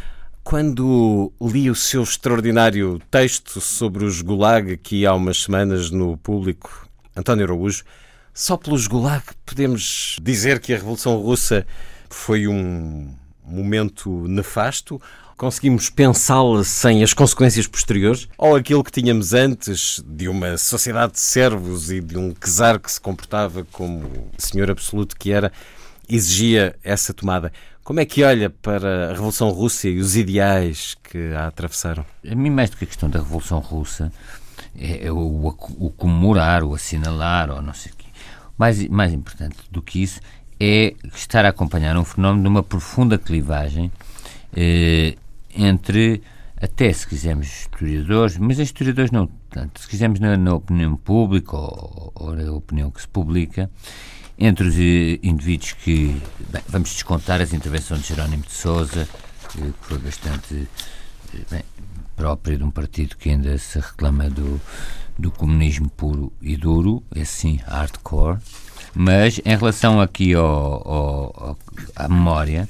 Quando li o seu extraordinário texto sobre os Gulag aqui há umas semanas no Público, António Araújo, Só pelos Gulag podemos dizer que a Revolução Russa foi um momento nefasto? Conseguimos pensá-la sem as consequências posteriores? Ou aquilo que tínhamos antes de uma sociedade de servos e de um czar que se comportava como senhor absoluto que era, exigia essa tomada? Como é que olha para a Revolução Russa e os ideais que a atravessaram? A mim, mais do que a questão da Revolução Russa, é, é o, o, o comemorar, o assinalar, ou não sei o quê. Mais, mais importante do que isso é estar a acompanhar um fenómeno de uma profunda clivagem eh, entre, até se quisermos historiadores, mas historiadores não tanto, se quisermos na, na opinião pública ou, ou na opinião que se publica, entre os eh, indivíduos que, bem, vamos descontar as intervenções de Jerónimo de Sousa, eh, que foi bastante eh, bem, própria de um partido que ainda se reclama do, do comunismo puro e duro, esse sim, hardcore, mas em relação aqui ao, ao, ao, à memória,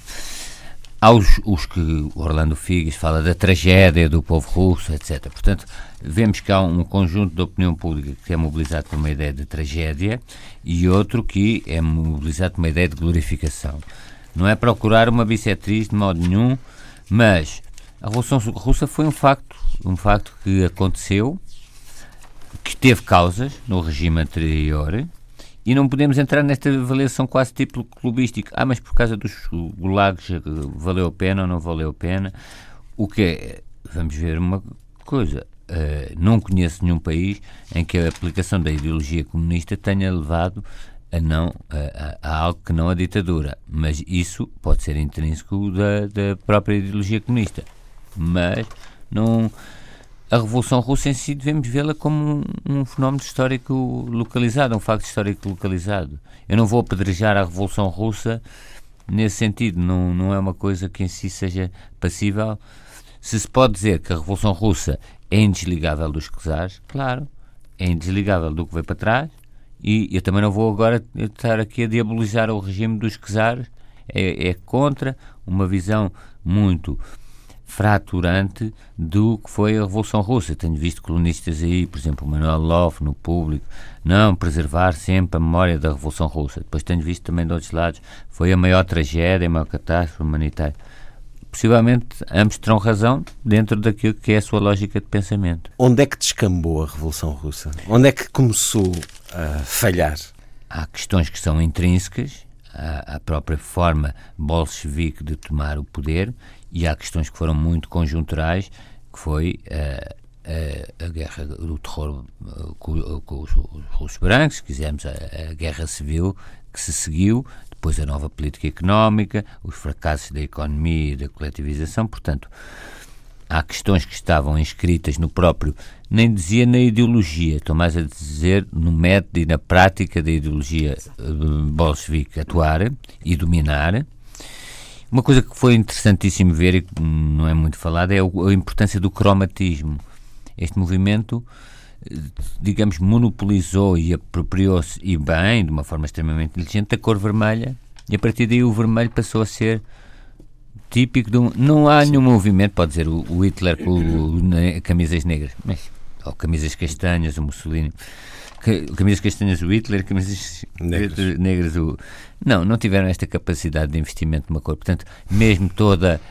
há os, os que o Orlando Figes fala da tragédia do povo russo, etcétera. Portanto, vemos que há um conjunto de opinião pública que é mobilizado por uma ideia de tragédia e outro que é mobilizado por uma ideia de glorificação. Não é procurar uma bissetriz de modo nenhum, mas a Revolução Russa foi um facto, um facto que aconteceu, que teve causas no regime anterior. E não podemos entrar nesta avaliação quase tipo clubística. Ah, mas por causa dos gulags valeu a pena ou não valeu a pena? O que é? Vamos ver uma coisa. Uh, não conheço nenhum país em que a aplicação da ideologia comunista tenha levado a, não, a, a, a algo que não a ditadura. Mas isso pode ser intrínseco da, da própria ideologia comunista. Mas não... A Revolução Russa em si devemos vê-la como um, um fenómeno histórico localizado, um facto histórico localizado. Eu não vou apedrejar a Revolução Russa nesse sentido, não, não é uma coisa que em si seja passível. Se se pode dizer que a Revolução Russa é indesligável dos czares, claro, é indesligável do que veio para trás, e eu também não vou agora estar aqui a diabolizar o regime dos czares, é, é contra uma visão muito fraturante do que foi a Revolução Russa. Tenho visto colunistas aí, por exemplo, o Manuel Loff, no Público, não, preservar sempre a memória da Revolução Russa. Depois tenho visto também de outros lados, foi a maior tragédia, a maior catástrofe humanitária. Possivelmente ambos terão razão dentro daquilo que é a sua lógica de pensamento. Onde é que descambou a Revolução Russa? Onde é que começou a falhar? Há questões que são intrínsecas à, à própria forma bolchevique de tomar o poder, e há questões que foram muito conjunturais, que foi uh, uh, a guerra do terror uh, com, com os, os russos brancos, se quisermos, a, a guerra civil que se seguiu, depois a nova política económica, os fracassos da economia e da coletivização. Portanto, há questões que estavam inscritas no próprio, nem dizia na ideologia, estou mais a dizer no método e na prática da ideologia uh, bolchevique atuar e dominar. Uma coisa que foi interessantíssimo ver e que não é muito falada é a importância do cromatismo. Este movimento, digamos, monopolizou e apropriou-se, e bem, de uma forma extremamente inteligente, da cor vermelha, e a partir daí o vermelho passou a ser típico de um... Não há nenhum movimento, pode dizer, o, o Hitler com o, o, camisas negras, mas, ou camisas castanhas, o Mussolini... Camisas castanhas o Hitler, camisas negras, negras o... Não, não tiveram esta capacidade de investimento numa cor. Portanto, mesmo toda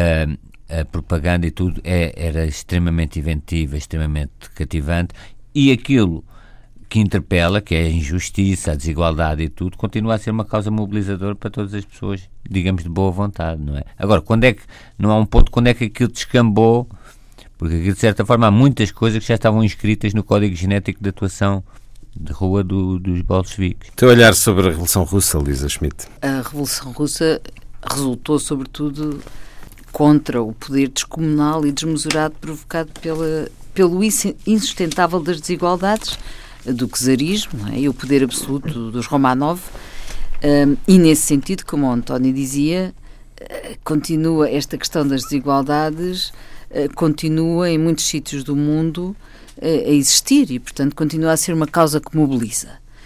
a, a propaganda e tudo é, era extremamente inventiva, extremamente cativante, e aquilo que interpela, que é a injustiça, a desigualdade e tudo, continua a ser uma causa mobilizadora para todas as pessoas, digamos, de boa vontade, não é? Agora, quando é que, não há um ponto, quando é que aquilo descambou, porque aqui, de certa forma, há muitas coisas que já estavam inscritas no código genético de atuação de rua do, dos bolcheviques. Teu olhar sobre a Revolução Russa, Luísa Schmidt? A Revolução Russa resultou, sobretudo, contra o poder descomunal e desmesurado provocado pela, pelo insustentável das desigualdades do czarismo, não é? E o poder absoluto dos Romanov. Um, e, nesse sentido, como o António dizia, uh, continua esta questão das desigualdades, uh, continua em muitos sítios do mundo a existir e, portanto, continua a ser uma causa que mobiliza.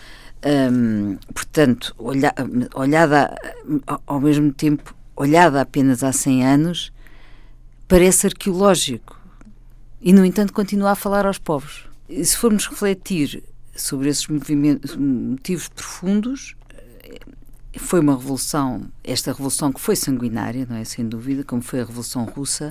Um, portanto, olha, olhada ao mesmo tempo, olhada apenas há cem anos, parece arqueológico e, no entanto, continua a falar aos povos. E se formos refletir sobre esses movimentos, motivos profundos. Foi uma revolução, esta revolução que foi sanguinária, não é, sem dúvida, como foi a Revolução Russa.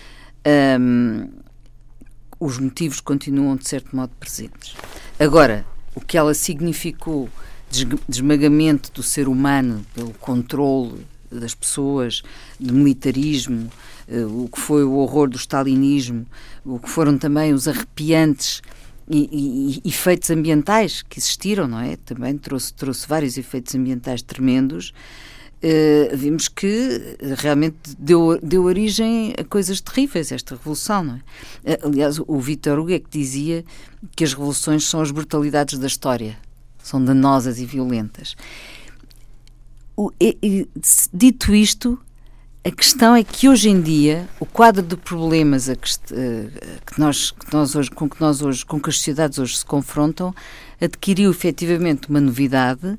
Um, os motivos continuam, de certo modo, presentes. Agora, o que ela significou de esmagamento do ser humano pelo controle das pessoas, de militarismo, uh, o que foi o horror do stalinismo, o que foram também os arrepiantes e, e, e efeitos ambientais que existiram, não é? Também trouxe, trouxe vários efeitos ambientais tremendos. Uh, vimos que realmente deu, deu origem a coisas terríveis, esta revolução, não é? Uh, aliás, o Victor Hugo é que dizia que as revoluções são as brutalidades da história, são danosas e violentas. O, e, e, dito isto, a questão é que hoje em dia o quadro de problemas a que, que nós, que nós hoje, com que nós hoje, com que as sociedades hoje se confrontam, adquiriu efetivamente uma novidade,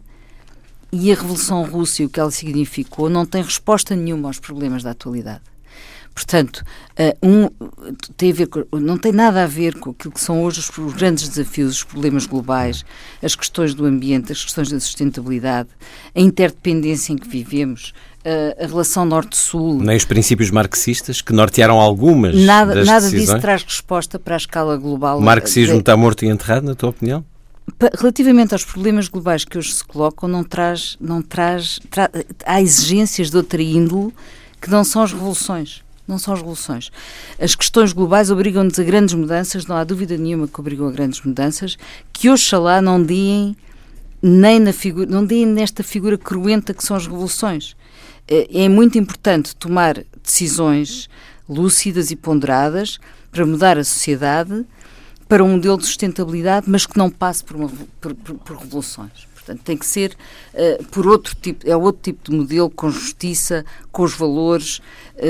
e a Revolução Russa e o que ela significou não tem resposta nenhuma aos problemas da atualidade. Portanto, um, tem a ver com, não tem nada a ver com aquilo que são hoje os, os grandes desafios, os problemas globais, as questões do ambiente, as questões da sustentabilidade, a interdependência em que vivemos, a, a relação norte-sul. Nem os princípios marxistas, que nortearam algumas nada, das nada decisões? Nada disso traz resposta para a escala global. O marxismo de, está morto e enterrado, na tua opinião? Relativamente aos problemas globais que hoje se colocam, não traz, não traz, tra, há exigências de outra índole que não são as revoluções. Não são as revoluções. As questões globais obrigam-nos a grandes mudanças, não há dúvida nenhuma que obrigam a grandes mudanças, que oxalá não deem nem na figura, não deem nesta figura cruenta que são as revoluções. É, é muito importante tomar decisões lúcidas e ponderadas para mudar a sociedade para um modelo de sustentabilidade, mas que não passe por, uma, por, por, por revoluções. Portanto, tem que ser uh, por outro tipo, é outro tipo de modelo, com justiça, com os valores,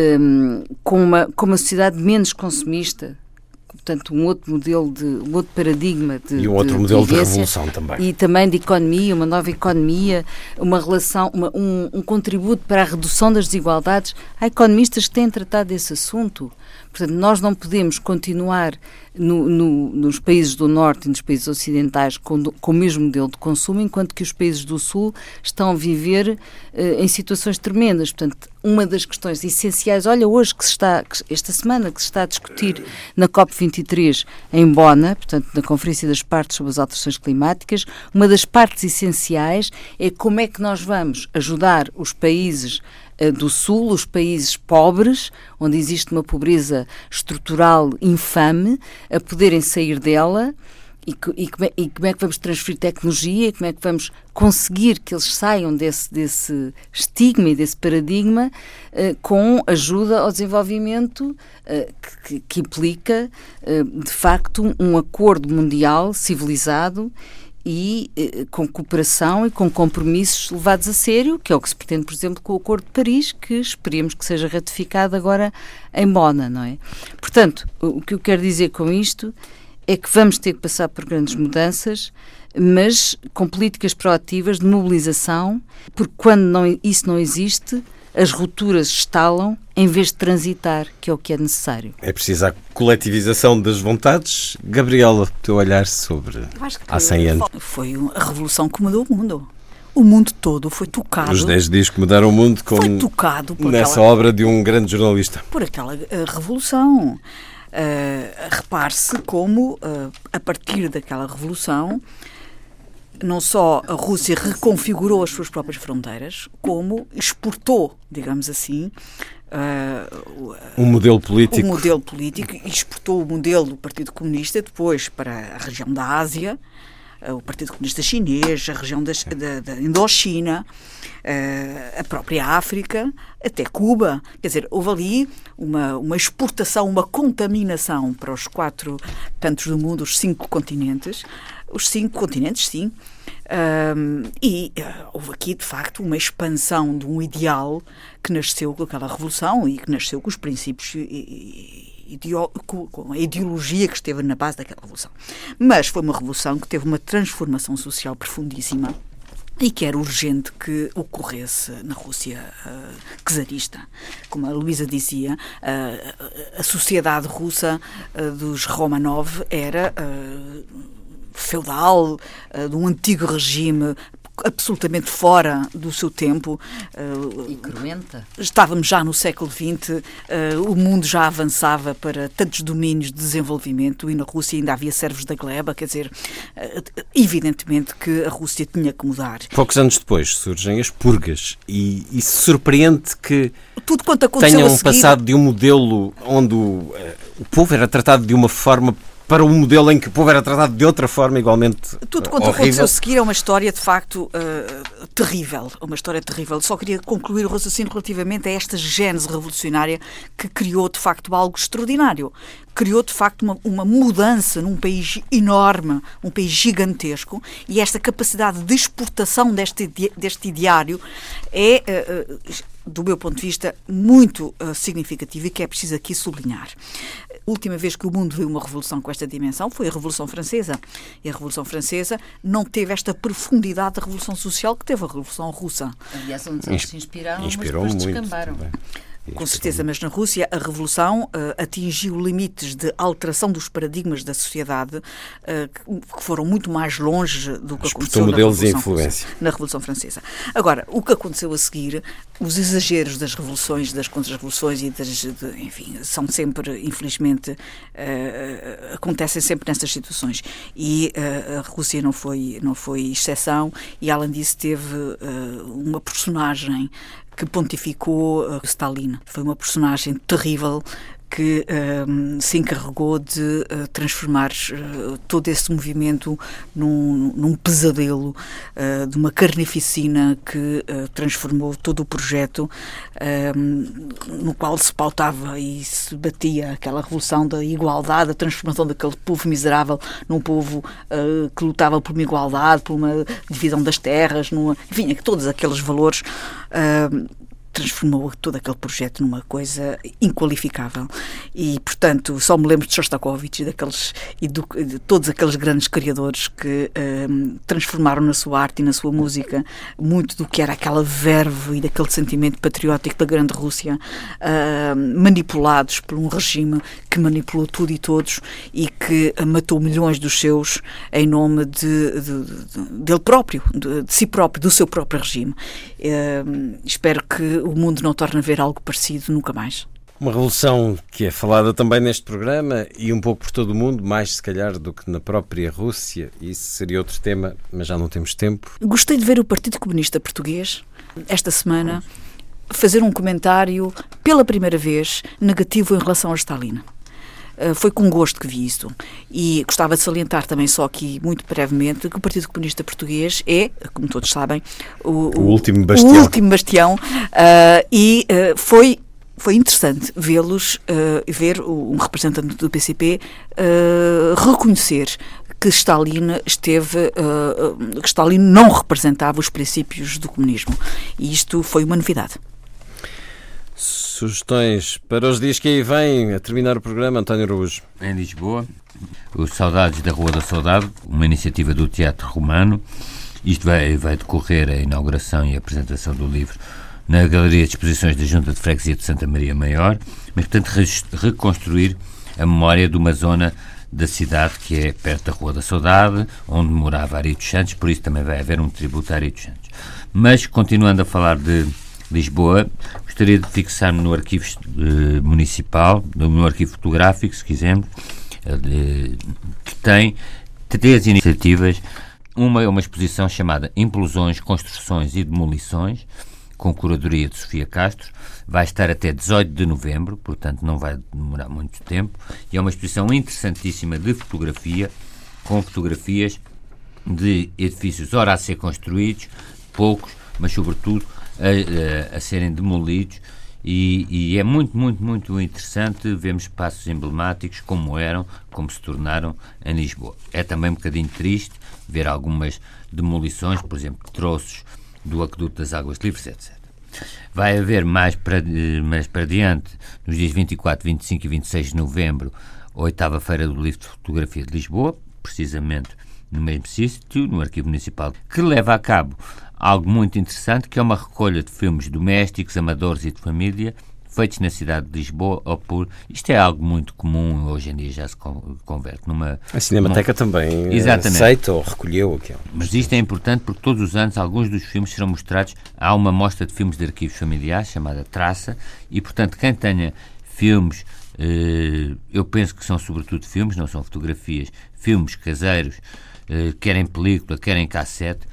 um, com, uma, com uma sociedade menos consumista, portanto, um outro modelo, de, um outro paradigma de E um outro de, modelo de, de revolução também. E também de economia, uma nova economia, uma relação, uma, um, um contributo para a redução das desigualdades. Há economistas que têm tratado desse assunto. Portanto, nós não podemos continuar no, no, nos países do Norte e nos países ocidentais com, com o mesmo modelo de consumo, enquanto que os países do Sul estão a viver eh, em situações tremendas. Portanto, uma das questões essenciais, olha, hoje que se está, esta semana que se está a discutir na COP vinte e três em Bona, portanto, na Conferência das Partes sobre as Alterações Climáticas, uma das partes essenciais é como é que nós vamos ajudar os países do Sul, os países pobres, onde existe uma pobreza estrutural infame, a poderem sair dela e, e, como é, e como é que vamos transferir tecnologia e como é que vamos conseguir que eles saiam desse, desse estigma e desse paradigma uh, com ajuda ao desenvolvimento uh, que, que implica, uh, de facto, um acordo mundial civilizado e eh, com cooperação e com compromissos levados a sério, que é o que se pretende, por exemplo, com o Acordo de Paris, que esperemos que seja ratificado agora em Bona, não é? Portanto, o que eu quero dizer com isto é que vamos ter que passar por grandes mudanças, mas com políticas proativas de mobilização, porque quando não, isso não existe, as rupturas estalam em vez de transitar, que é o que é necessário. É preciso a coletivização das vontades. Gabriela, o teu olhar sobre há cem anos? Foi a revolução que mudou o mundo. O mundo todo foi tocado. Os dez dias que mudaram o mundo com, foi tocado por nessa aquela, obra de um grande jornalista. Por aquela uh, revolução. Uh, repare-se como, uh, a partir daquela revolução, não só a Rússia reconfigurou as suas próprias fronteiras, como exportou, digamos assim, uh, um modelo político. Um modelo político, e exportou o modelo do Partido Comunista depois para a região da Ásia, uh, o Partido Comunista Chinês, a região das, da, da Indochina, uh, a própria África, até Cuba. Quer dizer, houve ali uma, uma exportação, uma contaminação para os quatro cantos do mundo, os cinco continentes. Os cinco continentes, sim, um, e uh, houve aqui, de facto, uma expansão de um ideal que nasceu com aquela revolução e que nasceu com os princípios, e, e, com, com a ideologia que esteve na base daquela revolução. Mas foi uma revolução que teve uma transformação social profundíssima e que era urgente que ocorresse na Rússia uh, czarista. Como a Luísa dizia, uh, a sociedade russa uh, dos Romanov era... Uh, feudal, uh, de um antigo regime absolutamente fora do seu tempo. E cruenta. Estávamos já no século vinte, o mundo já avançava para tantos domínios de desenvolvimento e na Rússia ainda havia servos da gleba, quer dizer, evidentemente que a Rússia tinha que mudar. Poucos anos depois surgem as purgas e, e surpreende que tudo quanto aconteceu tenham a seguir, passado de um modelo onde o, o povo era tratado de uma forma para um modelo em que o povo era tratado de outra forma igualmente Tudo quanto horrível. aconteceu a seguir é uma história de facto uh, terrível, uma história terrível. Só queria concluir o raciocínio relativamente a esta gênese revolucionária que criou de facto algo extraordinário. Criou de facto uma, uma mudança num país enorme, um país gigantesco, e esta capacidade de exportação deste, deste ideário é, uh, uh, do meu ponto de vista, muito uh, significativa e que é preciso aqui sublinhar. A última vez que o mundo viu uma revolução com esta dimensão foi a Revolução Francesa. E a Revolução Francesa não teve esta profundidade da Revolução Social que teve a Revolução Russa. Aliás, onde eles se inspiraram, Inspirou mas depois muito, descambaram. Também. Com certeza, mas na Rússia a revolução uh, atingiu limites de alteração dos paradigmas da sociedade uh, que foram muito mais longe do que aconteceu na Revolução, na Revolução Francesa. Agora, o que aconteceu a seguir, os exageros das revoluções, das contra-revoluções e das, de, enfim, são sempre, infelizmente, uh, acontecem sempre nestas situações. E uh, a Rússia não foi, não foi exceção e, além disso, teve uh, uma personagem que pontificou uh, Stalin. Foi uma personagem terrível que um, se encarregou de uh, transformar uh, todo esse movimento num, num pesadelo, uh, de uma carnificina que uh, transformou todo o projeto um, no qual se pautava e se batia aquela revolução da igualdade, a transformação daquele povo miserável num povo uh, que lutava por uma igualdade, por uma divisão das terras, numa, enfim, todos aqueles valores. Uh, transformou todo aquele projeto numa coisa inqualificável. E, portanto, só me lembro de Shostakovich e, daqueles, e do, de todos aqueles grandes criadores que um, transformaram na sua arte e na sua música muito do que era aquela verve e daquele sentimento patriótico da grande Rússia, uh, manipulados por um regime que manipulou tudo e todos e que matou milhões dos seus em nome de, de, de, dele próprio, de, de si próprio, do seu próprio regime. Uh, espero que o mundo não torne a ver algo parecido nunca mais. Uma revolução que é falada também neste programa e um pouco por todo o mundo, mais se calhar do que na própria Rússia. Isso seria outro tema, mas já não temos tempo. Gostei de ver o Partido Comunista Português, esta semana, fazer um comentário, pela primeira vez, negativo em relação a Stalin. Foi com gosto que vi isto. E gostava de salientar também só aqui, muito brevemente, que o Partido Comunista Português é, como todos sabem, o, o último bastião. O último bastião uh, e uh, foi, foi interessante vê-los, uh, ver um representante do P C P uh, reconhecer que Stalin esteve, uh, que Stalin não representava os princípios do comunismo. E isto foi uma novidade. Sugestões para os dias que aí vêm, a terminar o programa, António Araújo. Em Lisboa, os Saudades da Rua da Saudade, uma iniciativa do Teatro Romano. Isto vai, vai decorrer a inauguração e a apresentação do livro na Galeria de Exposições da Junta de Freguesia de Santa Maria Maior, mas, portanto, re- reconstruir a memória de uma zona da cidade que é perto da Rua da Saudade, onde morava Ari dos Santos, por isso também vai haver um tributo a Ari dos Santos. Mas, continuando a falar de Lisboa, gostaria de fixar-me no arquivo eh, municipal, no arquivo fotográfico, se quisermos, eh, que tem três iniciativas. Uma é uma exposição chamada Implosões, Construções e Demolições, com curadoria de Sofia Castro. Vai estar até dezoito de novembro, portanto não vai demorar muito tempo. E é uma exposição interessantíssima de fotografia, com fotografias de edifícios ora a ser construídos, poucos, mas sobretudo A, a, a serem demolidos e, e é muito, muito, muito interessante. Vemos espaços emblemáticos como eram, como se tornaram em Lisboa. É também um bocadinho triste ver algumas demolições, por exemplo, troços do Aqueduto das Águas Livres, etcétera. Vai haver mais para, mais para diante, nos dias vinte e quatro, vinte e cinco e vinte e seis de novembro, a oitava Feira do Livro de Fotografia de Lisboa, precisamente no mesmo sítio, no Arquivo Municipal, que leva a cabo algo muito interessante, que é uma recolha de filmes domésticos, amadores e de família, feitos na cidade de Lisboa ou por... Isto é algo muito comum, hoje em dia já se converte numa... A Cinemateca numa... também Exatamente. aceita ou recolheu aquilo. Mas isto é importante porque todos os anos alguns dos filmes serão mostrados. Há uma mostra de filmes de arquivos familiares chamada Traça e, portanto, quem tenha filmes, eh, eu penso que são sobretudo filmes, não são fotografias, filmes caseiros, eh, quer em película, quer em cassete,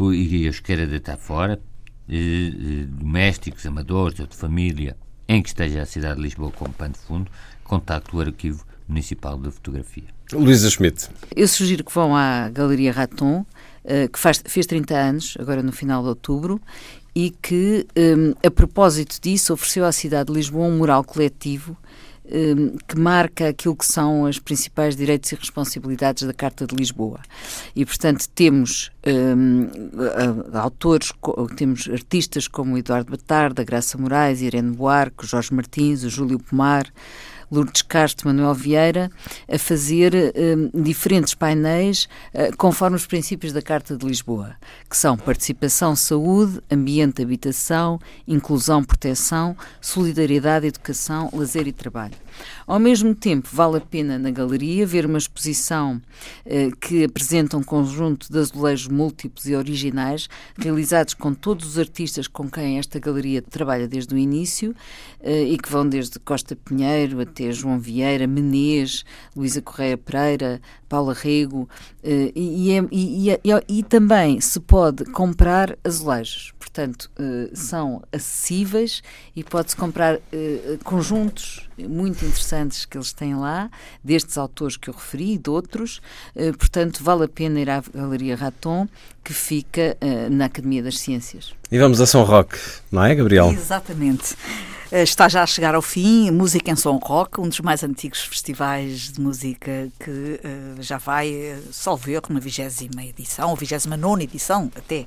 e eu os queira deitar fora, eh, eh, domésticos, amadores ou de família, em que esteja a cidade de Lisboa como pano de fundo, contacte o Arquivo Municipal de Fotografia. Luísa Schmidt. Eu sugiro que vão à Galeria Raton, uh, que faz, fez trinta anos, agora no final de outubro, e que, um, a propósito disso, ofereceu à cidade de Lisboa um mural coletivo um, que marca aquilo que são os principais direitos e responsabilidades da Carta de Lisboa. E, portanto, temos um, autores, temos artistas como o Eduardo Batarda, Graça Moraes, Irene Buarque, Jorge Martins, o Júlio Pomar, Lourdes Castro, Manuel Vieira, a fazer um, diferentes painéis uh, conforme os princípios da Carta de Lisboa, que são participação, saúde, ambiente, habitação, inclusão, proteção, solidariedade, educação, lazer e trabalho. Ao mesmo tempo, vale a pena na galeria ver uma exposição uh, que apresenta um conjunto de azulejos múltiplos e originais, realizados com todos os artistas com quem esta galeria trabalha desde o início, uh, e que vão desde Costa Pinheiro até João Vieira, Menezes, Luísa Correia Pereira, Paula Rego, uh, e, e, e, e, e também se pode comprar azulejos. Portanto, uh, são acessíveis e pode-se comprar uh, conjuntos muito interessantes que eles têm lá, destes autores que eu referi e de outros. Uh, portanto, vale a pena ir à Galeria Raton, que fica uh, na Academia das Ciências. E vamos a São Roque, não é, Gabriel? Exatamente. Está já a chegar ao fim, Música em São Roque, um dos mais antigos festivais de música que uh, já vai, uh, salvo erro, na vigésima edição, ou vigésima nona edição até.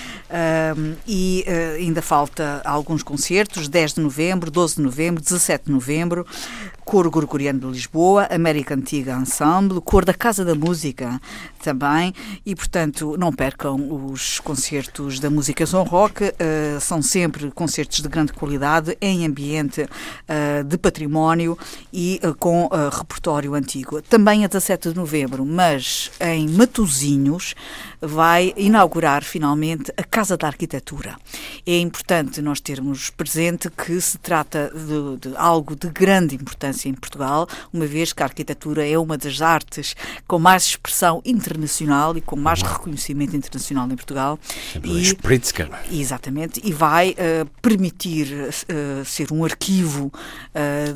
Uh, e uh, ainda falta alguns concertos, dez de novembro, doze de novembro, dezassete de novembro, Coro Gregoriano de Lisboa, América Antiga Ensemble, Coro da Casa da Música também, e portanto não percam os concertos da Música em São Roque, uh, são sempre concertos de grande qualidade, em ambiente uh, de património e uh, com uh, repertório antigo. Também a dezassete de novembro, mas em Matosinhos, vai inaugurar finalmente a Casa da Arquitetura. É importante nós termos presente que se trata de, de algo de grande importância em Portugal, uma vez que a arquitetura é uma das artes com mais expressão internacional e com mais reconhecimento internacional em Portugal. E, Pritzker. Exatamente, e vai uh, permitir uh, ser um arquivo uh,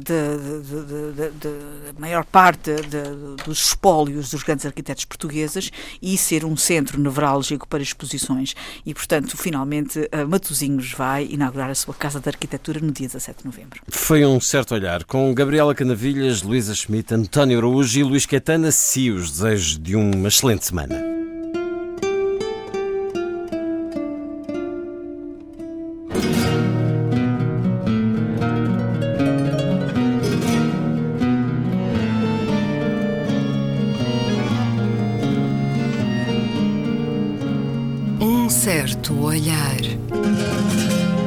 da maior parte de, de, dos espólios dos grandes arquitetos portugueses e ser um centro nevrálgico para exposições. E, portanto, finalmente, uh, Matosinhos vai inaugurar a sua Casa da Arquitetura no dia dezassete de novembro. Foi um certo olhar com Gabriela Canavilhas, Luísa Schmidt, António Araújo e Luís Caetano. Assim, os desejos de uma excelente semana. Um certo olhar.